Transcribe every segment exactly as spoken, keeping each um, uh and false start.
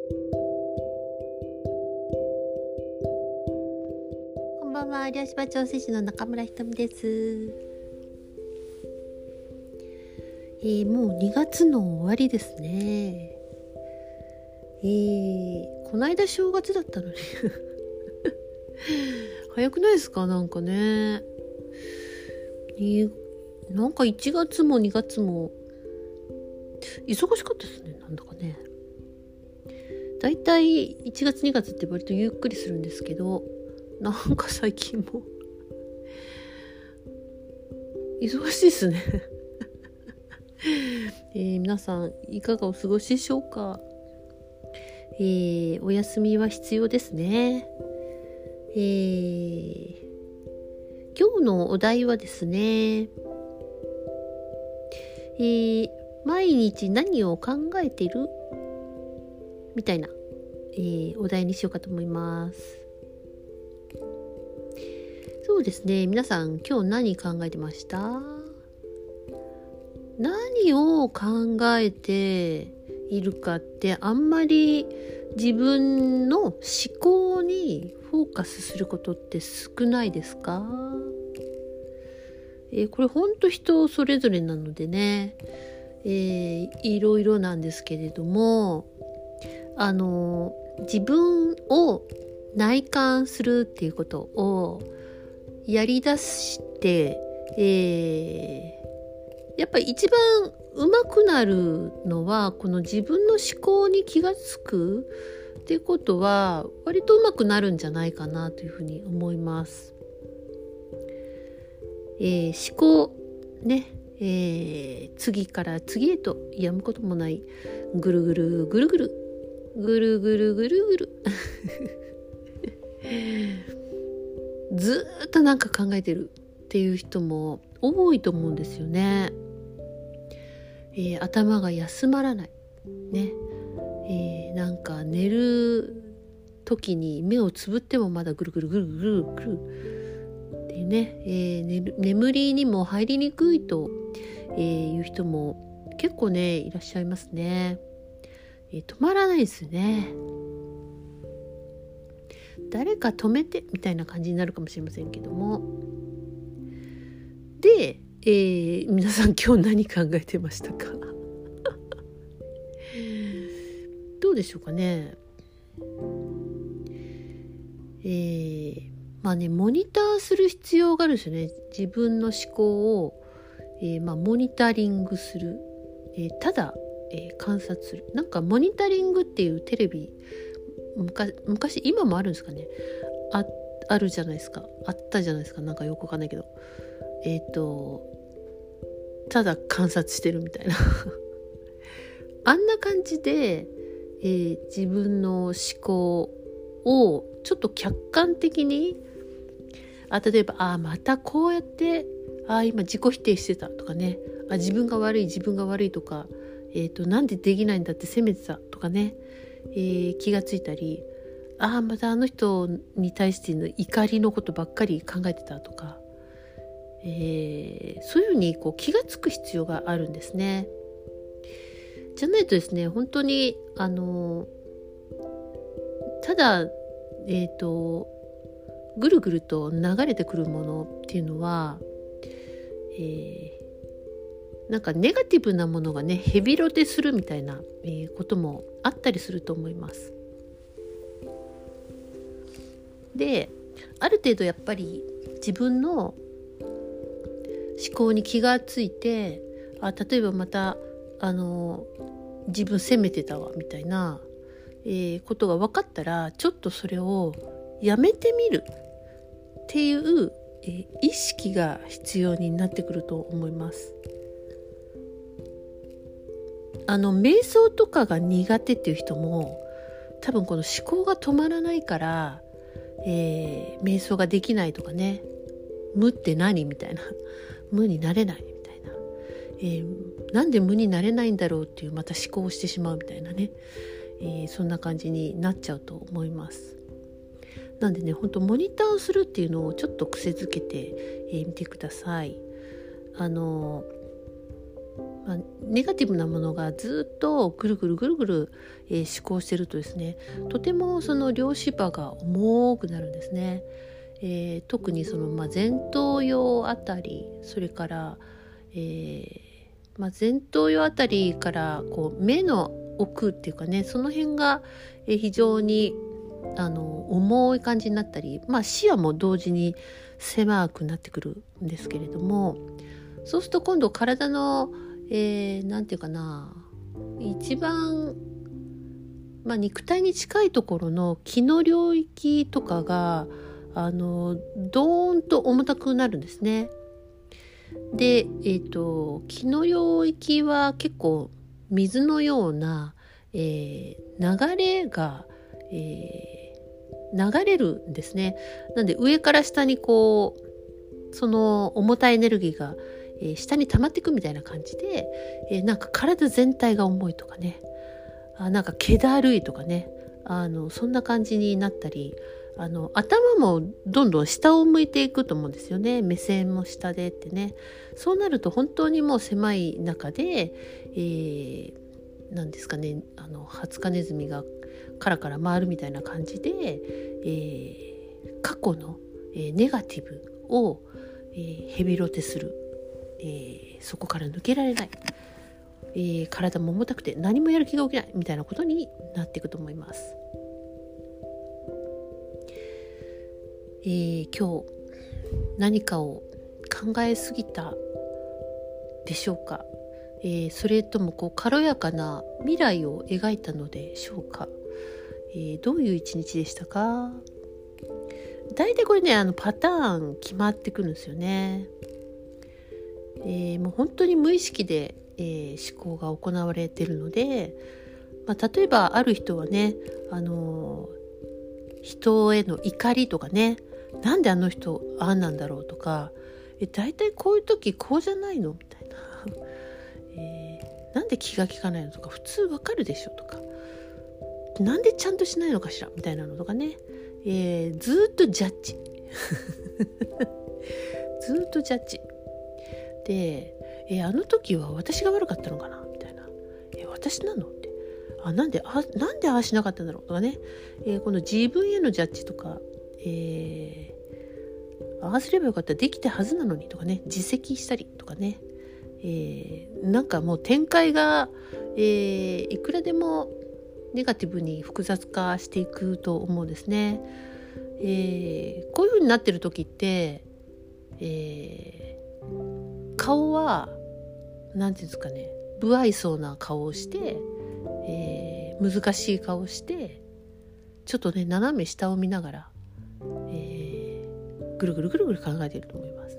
こんばんは、両芝調整師の中村ひとみです。えー、もうにがつの終わりですね。えー、この間正月だったのに早くないですか？なんかね、になんかいちがつもにがつも忙しかったですね。なんだかね、だいたいいちがつにがつって割とゆっくりするんですけど、なんか最近も忙しいですねえー、皆さんいかがお過ごしでしょうか？えー、お休みは必要ですね。えー、今日のお題はですね、えー、毎日何を考えてるみたいな、えー、お題にしようかと思います。そうですね、皆さん今日何考えてました？何を考えているかってあんまり自分の思考にフォーカスすることって少ないですか？えー、これほんと人それぞれなのでね、えー、いろいろなんですけれども、あの自分を内観するっていうことをやりだして、えーやっぱり一番上手くなるのはこの自分の思考に気がつくっていうことは割と上手くなるんじゃないかなというふうに思います。えー、思考ね、えー、次から次へとやむこともないぐるぐるぐるぐるぐるぐるぐるぐるずーっとなんか考えてるっていう人も多いと思うんですよね。えー、頭が休まらないね、えー、なんか寝る時に目をつぶってもまだぐるぐるぐるぐるぐるっていうね、えー、寝る眠りにも入りにくいと、えー、いう人も結構ねいらっしゃいますね。えー、止まらないですね。誰か止めてみたいな感じになるかもしれませんけども、で、えー、皆さん今日何考えてましたか？どうでしょうかね。えー、まあねモニターする必要があるんですよね。自分の思考を、えーまあ、モニタリングする、えー、ただ、えー、観察する。なんかモニタリングっていうテレビ昔、昔今もあるんですかね。あ、あるじゃないですか。あったじゃないですか。なんかよくわかんないけど、えっとただ観察してるみたいなあんな感じで、えー、自分の思考をちょっと客観的に、あ例えばあまたこうやってあ今自己否定してたとかね、あ自分が悪い自分が悪いとか、えーと、なんでできないんだって責めてたとかね、えー、気がついたり、あまたあの人に対しての怒りのことばっかり考えてたとか、えー、そういうふうにこう気がつく必要があるんですね。じゃないとですね、本当にあのただえっとぐるぐると流れてくるものっていうのは、えー、なんかネガティブなものがねヘビロテするみたいな、えー、こともあったりすると思います。で、ある程度やっぱり自分の思考に気がついて、あ例えばまたあの自分責めてたわみたいな、えー、ことが分かったらちょっとそれをやめてみるっていう、えー、意識が必要になってくると思います。あの瞑想とかが苦手っていう人も多分この思考が止まらないから、えー、瞑想ができないとかね、無って何みたいな、無になれないみたいな、えー、なんで無になれないんだろうっていうまた思考をしてしまうみたいなね、えー、そんな感じになっちゃうと思います。なんでね、本当モニターをするっていうのをちょっと癖づけてみ、えー、てください。あのまあ、ネガティブなものがずっとぐるぐるぐるぐる、えー、思考してるとですね、とてもその両芝が重くなるんですね。えー、特にその、まあ、前頭葉あたり、それから、えーまあ、前頭葉あたりからこう目の奥っていうかね、その辺が非常にあの重い感じになったり、まあ、視野も同時に狭くなってくるんですけれども、そうすると今度体の、えー、なんていうかな、一番、まあ、肉体に近いところの気の領域とかがあのドーンと重たくなるんですね。で、えーと、気の領域は結構水のような、えー、流れが、えー、流れるんですね。なんで上から下にこうその重たいエネルギーが、えー、下に溜まっていくみたいな感じで、えー、なんか体全体が重いとかね、あなんか気だるいとかね、あのそんな感じになったり、あの頭もどんどん下を向いていくと思うんですよね。目線も下でってね。そうなると本当にもう狭い中で、えー、なんですかね、あのハツカネズミがカラカラ回るみたいな感じで、えー、過去の、えー、ネガティブを、えー、ヘビロテする、えー、そこから抜けられない、えー、体も重たくて何もやる気が起きないみたいなことになっていくと思います。えー、今日何かを考えすぎたでしょうか、えー、それともこう軽やかな未来を描いたのでしょうか、えー、どういう一日でしたか。だいたいこれね、あのパターン決まってくるんですよね。えー、もう本当に無意識で、えー、思考が行われているので、まあ、例えばある人はね、あのー、人への怒りとかね、なんであの人ああなんだろうとか、えだいたいこういう時こうじゃないのみたいな、えー、なんで気が利かないのとか普通わかるでしょとか、なんでちゃんとしないのかしらみたいなのとかね、えー、ずっとジャッジずっとジャッジで、えー、あの時は私が悪かったのかなみたいな、えー、私なのってあなんであなんでああしなかったんだろうとかね、えー、この自分へのジャッジとか、えー、ああすればよかった、できたはずなのにとかね、自責したりとかね、えー、なんかもう展開が、えー、いくらでもネガティブに複雑化していくと思うんですね。えー、こういう風になってる時って、えー、顔はなんていうんですかね、不愛想な顔をして、えー、難しい顔をしてちょっとね斜め下を見ながら、えー、ぐるぐるぐるぐる考えていると思います。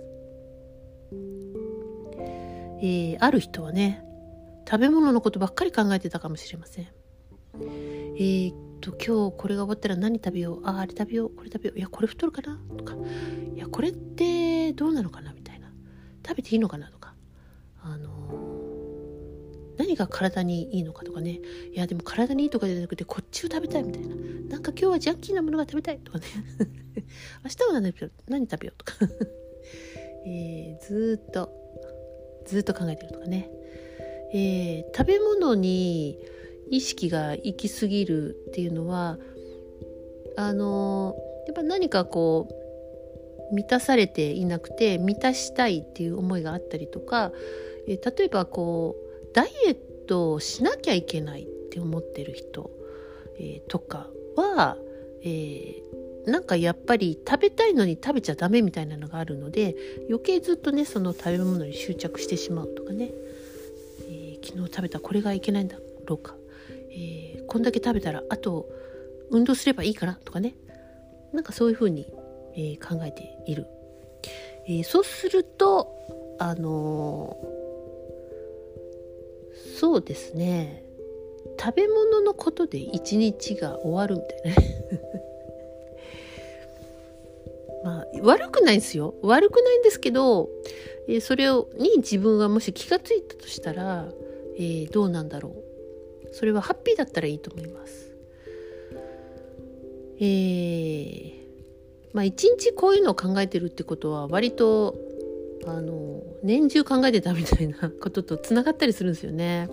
えー、ある人はね食べ物のことばっかり考えてたかもしれません。えー、っと今日これが終わったら何食べよう、ああれ食べよう、これ食べよう、いやこれ太るかなとか、いやこれってどうなのかなみたいな、食べていいのかなとか、あのー、何が体にいいのかとかね、いやでも体にいいとかじゃなくてこっちを食べたいみたいな、なんか今日はジャンキーなものが食べたいとかね明日は何食べよう、何食べようとか、えー、ずっとずっと考えてるとかね、えー、食べ物に意識が行き過ぎるっていうのはあのやっぱ何かこう満たされていなくて満たしたいっていう思いがあったりとか、えー、例えばこうダイエットをしなきゃいけないって思ってる人、えー、とかは、えー、なんかやっぱり食べたいのに食べちゃダメみたいなのがあるので、余計ずっとねその食べ物に執着してしまうとかね、えー、昨日食べたこれがいけないんだろうか、えー、こんだけ食べたらあと運動すればいいかなとかね、なんかそういうふうに、えー、考えている、えー、そうするとあのー、そうですね、食べ物のことで一日が終わるみたいなまあ悪くないんですよ、悪くないんですけど、えー、それをに自分がもし気がついたとしたら、えー、どうなんだろう、それはハッピーだったらいいと思います。えー、まあ一日こういうのを考えてるってことは割とあの年中考えてたみたいなこととつながったりするんですよね。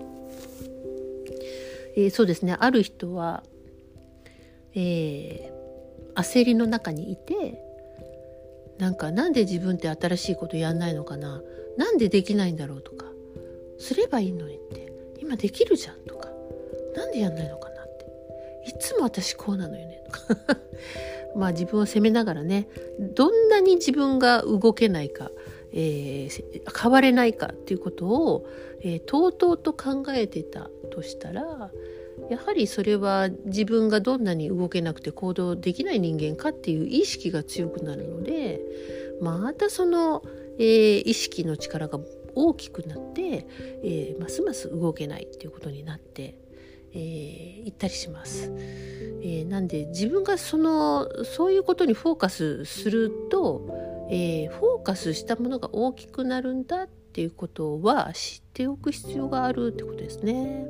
えー、そうですね、ある人は、えー、焦りの中にいて、なんかなんで自分って新しいことやんないのかな、なんでできないんだろうとか、すればいいのにって今できるじゃんとか、なんでやんないのかなって、いつも私こうなのよねとかまあ自分を責めながらね、どんなに自分が動けないか、えー、変われないかっていうことを、えー、とうとうと考えてたとしたら、やはりそれは自分がどんなに動けなくて行動できない人間かっていう意識が強くなるので、またその、えー、意識の力が大きくなって、えー、ますます動けないっていうことになってえー、行ったりします。えー、なんで自分がそのそういうことにフォーカスすると、えー、フォーカスしたものが大きくなるんだっていうことは知っておく必要があるってことですね。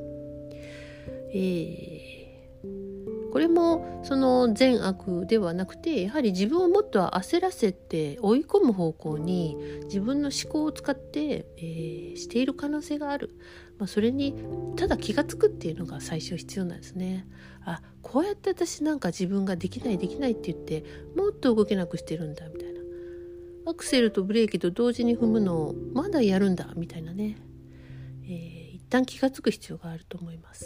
えー、これもその善悪ではなくて、やはり自分をもっと焦らせて追い込む方向に自分の思考を使って、えー、している可能性がある。まあ、それにただ気がつくっていうのが最初必要なんですね。あ、こうやって私なんか自分ができないできないって言ってもっと動けなくしてるんだみたいな、アクセルとブレーキと同時に踏むのをまだやるんだみたいなね、えー、一旦気がつく必要があると思います。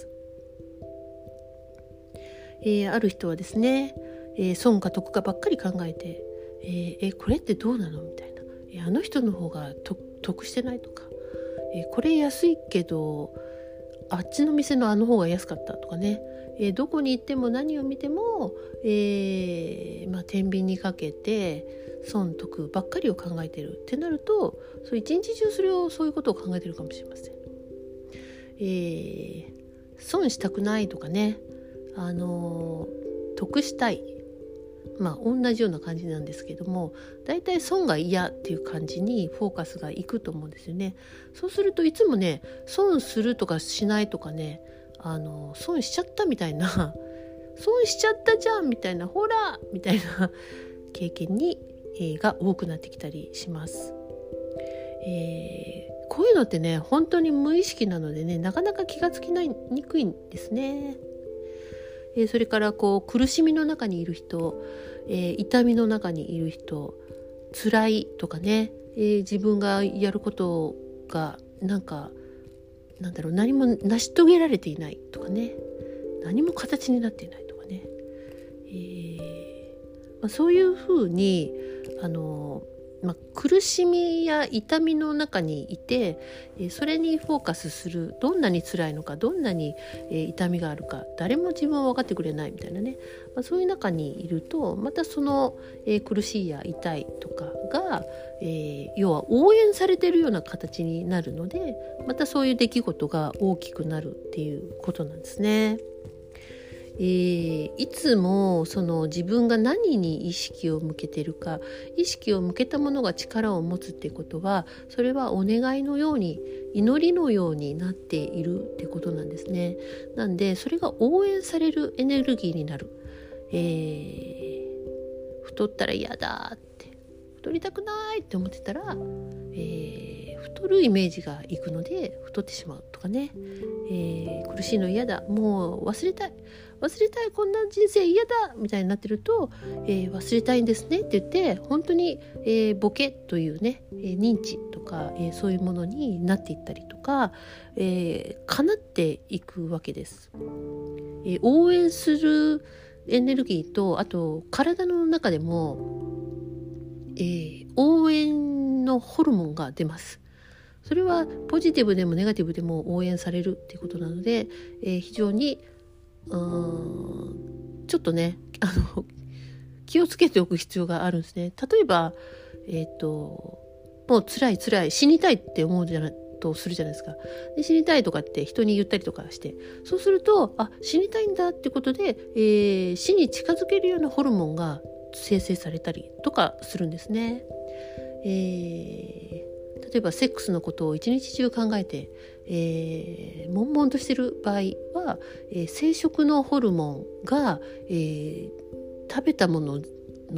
えー、ある人はですね、えー、損か得かばっかり考えて、えー、えこれってどうなのみたいな、えあの人の方が得してないとか、えこれ安いけどあっちの店のあの方が安かったとかね、えどこに行っても何を見ても、えーまあ、天秤にかけて損得ばっかりを考えてるってなると、そう一日中それをそういうことを考えてるかもしれません。えー、損したくないとかね、あの得したい、まあ同じような感じなんですけども、だいたい損が嫌っていう感じにフォーカスがいくと思うんですよね。そうするといつもね、損するとかしないとかね、あの損しちゃったみたいな損しちゃったじゃんみたいな、ほらみたいな経験に、えー、が多くなってきたりします。えー、こういうのってね、本当に無意識なのでね、なかなか気がつきないにくいんですね。えー、それからこう苦しみの中にいる人、えー、痛みの中にいる人、辛いとかね、えー、自分がやることがなんかなんだろう、何も成し遂げられていないとかね、何も形になっていないとかね、えーまあ、そういうふうにあのまあ、苦しみや痛みの中にいて、それにフォーカスする、どんなに辛いのか、どんなに痛みがあるか、誰も自分は分かってくれないみたいなね、まあ、そういう中にいると、またその、えー、苦しいや痛いとかが、えー、要は応援されているような形になるので、またそういう出来事が大きくなるっていうことなんですね。えー、いつもその自分が何に意識を向けているか、意識を向けたものが力を持つっていうことは、それはお願いのように、祈りのようになっているってことなんですね。なんでそれが応援されるエネルギーになる。えー、太ったら嫌だって、太りたくないって思ってたら、えー、太るイメージがいくので太ってしまうとかね、えー、苦しいの嫌だ、もう忘れたい忘れたい、こんな人生嫌だみたいになってると、えー、忘れたいんですねって言って、本当に、えー、ボケというね、えー、認知とか、えー、そういうものになっていったりとか、えー、叶っていくわけです。えー、応援するエネルギーと、あと体の中でも、えー、応援のホルモンが出ます。それはポジティブでもネガティブでも応援されるっていうことなので、えー、非常にうーんちょっとね、あの気をつけておく必要があるんですね。例えば、えっともう辛い辛い死にたいって思うじゃないとするじゃないですか。で死にたいとかって人に言ったりとかして、そうすると、あ、死にたいんだってことで、えー、死に近づけるようなホルモンが生成されたりとかするんですね。えー例えばセックスのことを一日中考えて、えー、悶々としている場合は、えー、生殖のホルモンが、えー、食べたものの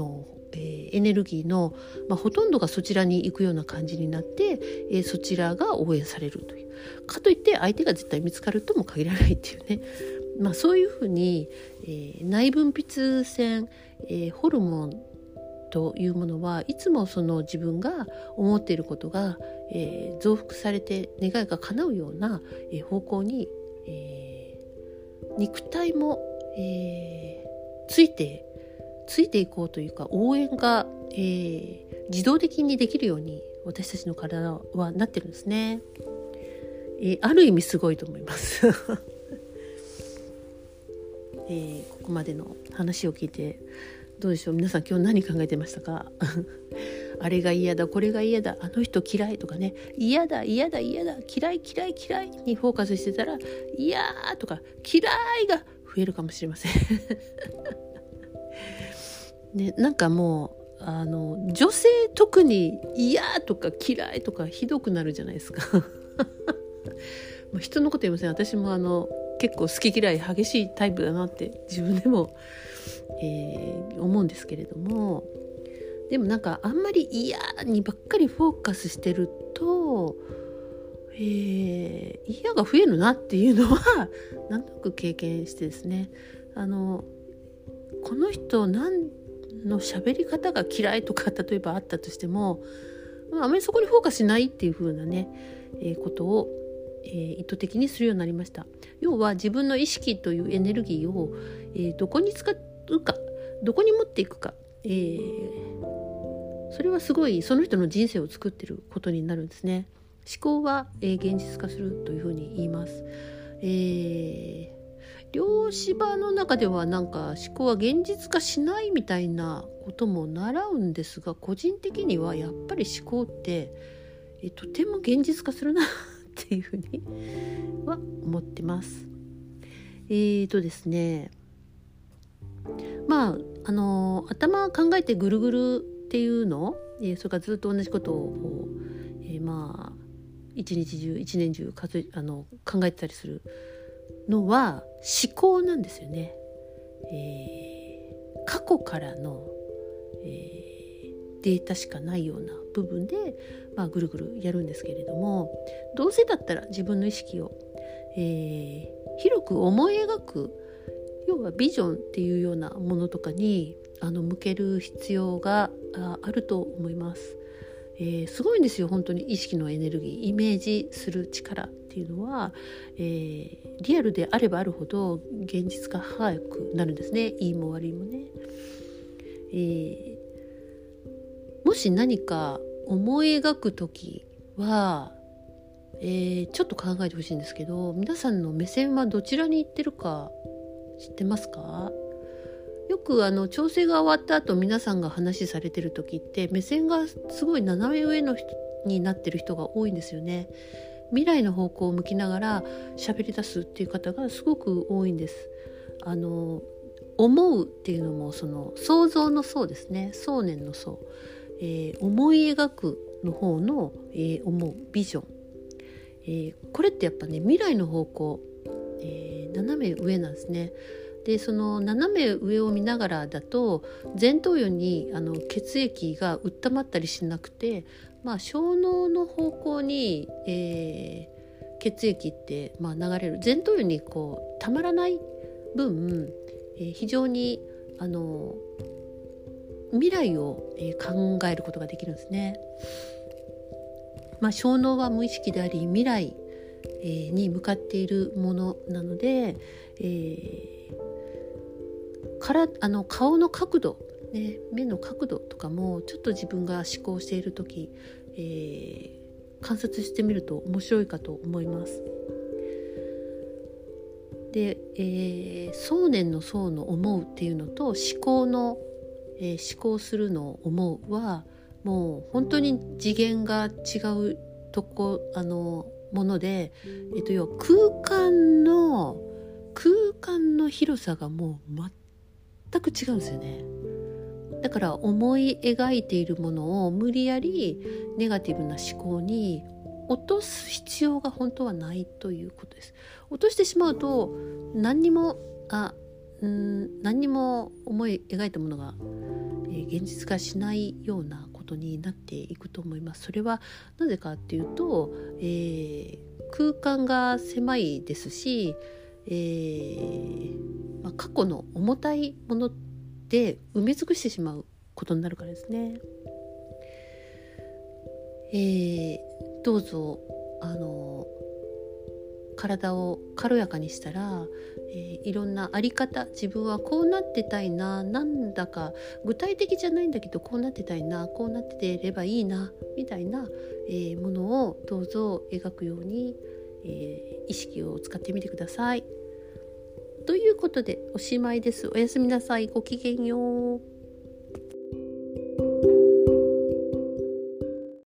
えー、エネルギーの、まあ、ほとんどがそちらに行くような感じになって、えー、そちらが応援されるという。かといって相手が絶対見つかるとも限らないっていうね、まあ、そういうふうに、えー、内分泌腺、えー、ホルモンというものはいつもその自分が思っていることが、えー、増幅されて願いが叶うような、えー、方向に、えー、肉体も、えー、ついてついていこうというか応援が、えー、自動的にできるように私たちの体はなってるんですね。えー、ある意味すごいと思います、えー、ここまでの話を聞いてどうでしょう。皆さん今日何考えてましたかあれが嫌だこれが嫌だあの人嫌いとかね、嫌だ嫌だ嫌だ嫌い嫌い嫌いにフォーカスしてたら嫌とか嫌いが増えるかもしれませんね、なんかもうあの女性特に嫌とか嫌いとかひどくなるじゃないですか人のこと言いません。私もあの結構好き嫌い激しいタイプだなって自分でも、えー、思うんですけれども、でもなんかあんまり嫌にばっかりフォーカスしてると、えー、嫌が増えるなっていうのはなんとなく経験してですね、あのこの人何の喋り方が嫌いとか例えばあったとしても、あまりそこにフォーカスしないっていう風なね、えー、ことを、えー、意図的にするようになりました。要は自分の意識というエネルギーを、えー、どこに使うかどこに持っていくか、えー、それはすごいその人の人生を作っていることになるんですね。思考は、えー、現実化するというふうに言います。えー量子場の中ではなんか思考は現実化しないみたいなことも習うんですが、個人的にはやっぱり思考ってえとても現実化するなっていうふうには思ってます。えーとですねまああの頭考えてぐるぐるっていうの、えー、それからずっと同じことを、えー、まあ一日中一年中数えあの考えてたりするのは思考なんですよね。えー、過去からの、えー、データしかないような部分で、まあ、ぐるぐるやるんですけれども、どうせだったら自分の意識を、えー、広く思い描く、要はビジョンっていうようなものとかにあの向ける必要が あ, あると思います。えー、すごいんですよ本当に。意識のエネルギーイメージする力っていうのは、えー、リアルであればあるほど現実化早くなるんですね。いいも悪いもね、えー、もし何か思い描くときは、えー、ちょっと考えてほしいんですけど、皆さんの目線はどちらに行ってるか知ってますか？よくあの調整が終わった後皆さんが話されてる時って目線がすごい斜め上の人になってる人が多いんですよね。未来の方向を向きながら喋り出すっていう方がすごく多いんです。あの思うっていうのもその想像の想ですね。想念の想、えー、思い描くの方の、えー、思うビジョン、えー、これってやっぱね未来の方向、えー、斜め上なんですね。でその斜め上を見ながらだと前頭葉にあの血液がうったまったりしなくて、まあ、小脳の方向に、えー、血液って、まあ、流れる前頭葉にこうたまらない分、えー、非常にあの未来を、えー、考えることができるんですね。まあ、小脳は無意識であり未来、えー、に向かっているものなので、えーからあの顔の角度、ね、目の角度とかもちょっと自分が思考している時、えー、観察してみると面白いかと思います。で、えー、想念の想の思うっていうのと思考の、えー、思考するのを思うはもう本当に次元が違うとこあのもので、えーと、要は空間の空間の広さがもう全全く違うんですよね。だから思い描いているものを無理やりネガティブな思考に落とす必要が本当はないということです。落としてしまうと何にもあん何にも思い描いたものが、 えー、現実化しないようなことになっていくと思います。それはなぜかっていうと、えー、空間が狭いですし、えーまあ、過去の重たいもので埋め尽くしてしまうことになるからですね。えー、どうぞあの体を軽やかにしたら、えー、いろんなあり方、自分はこうなってたいな、なんだか具体的じゃないんだけどこうなってたいな、こうなってればいいなみたいな、えー、ものをどうぞ描くように、えー、意識を使ってみてください。ということでおしまいです。おやすみなさい。ごきげんよう。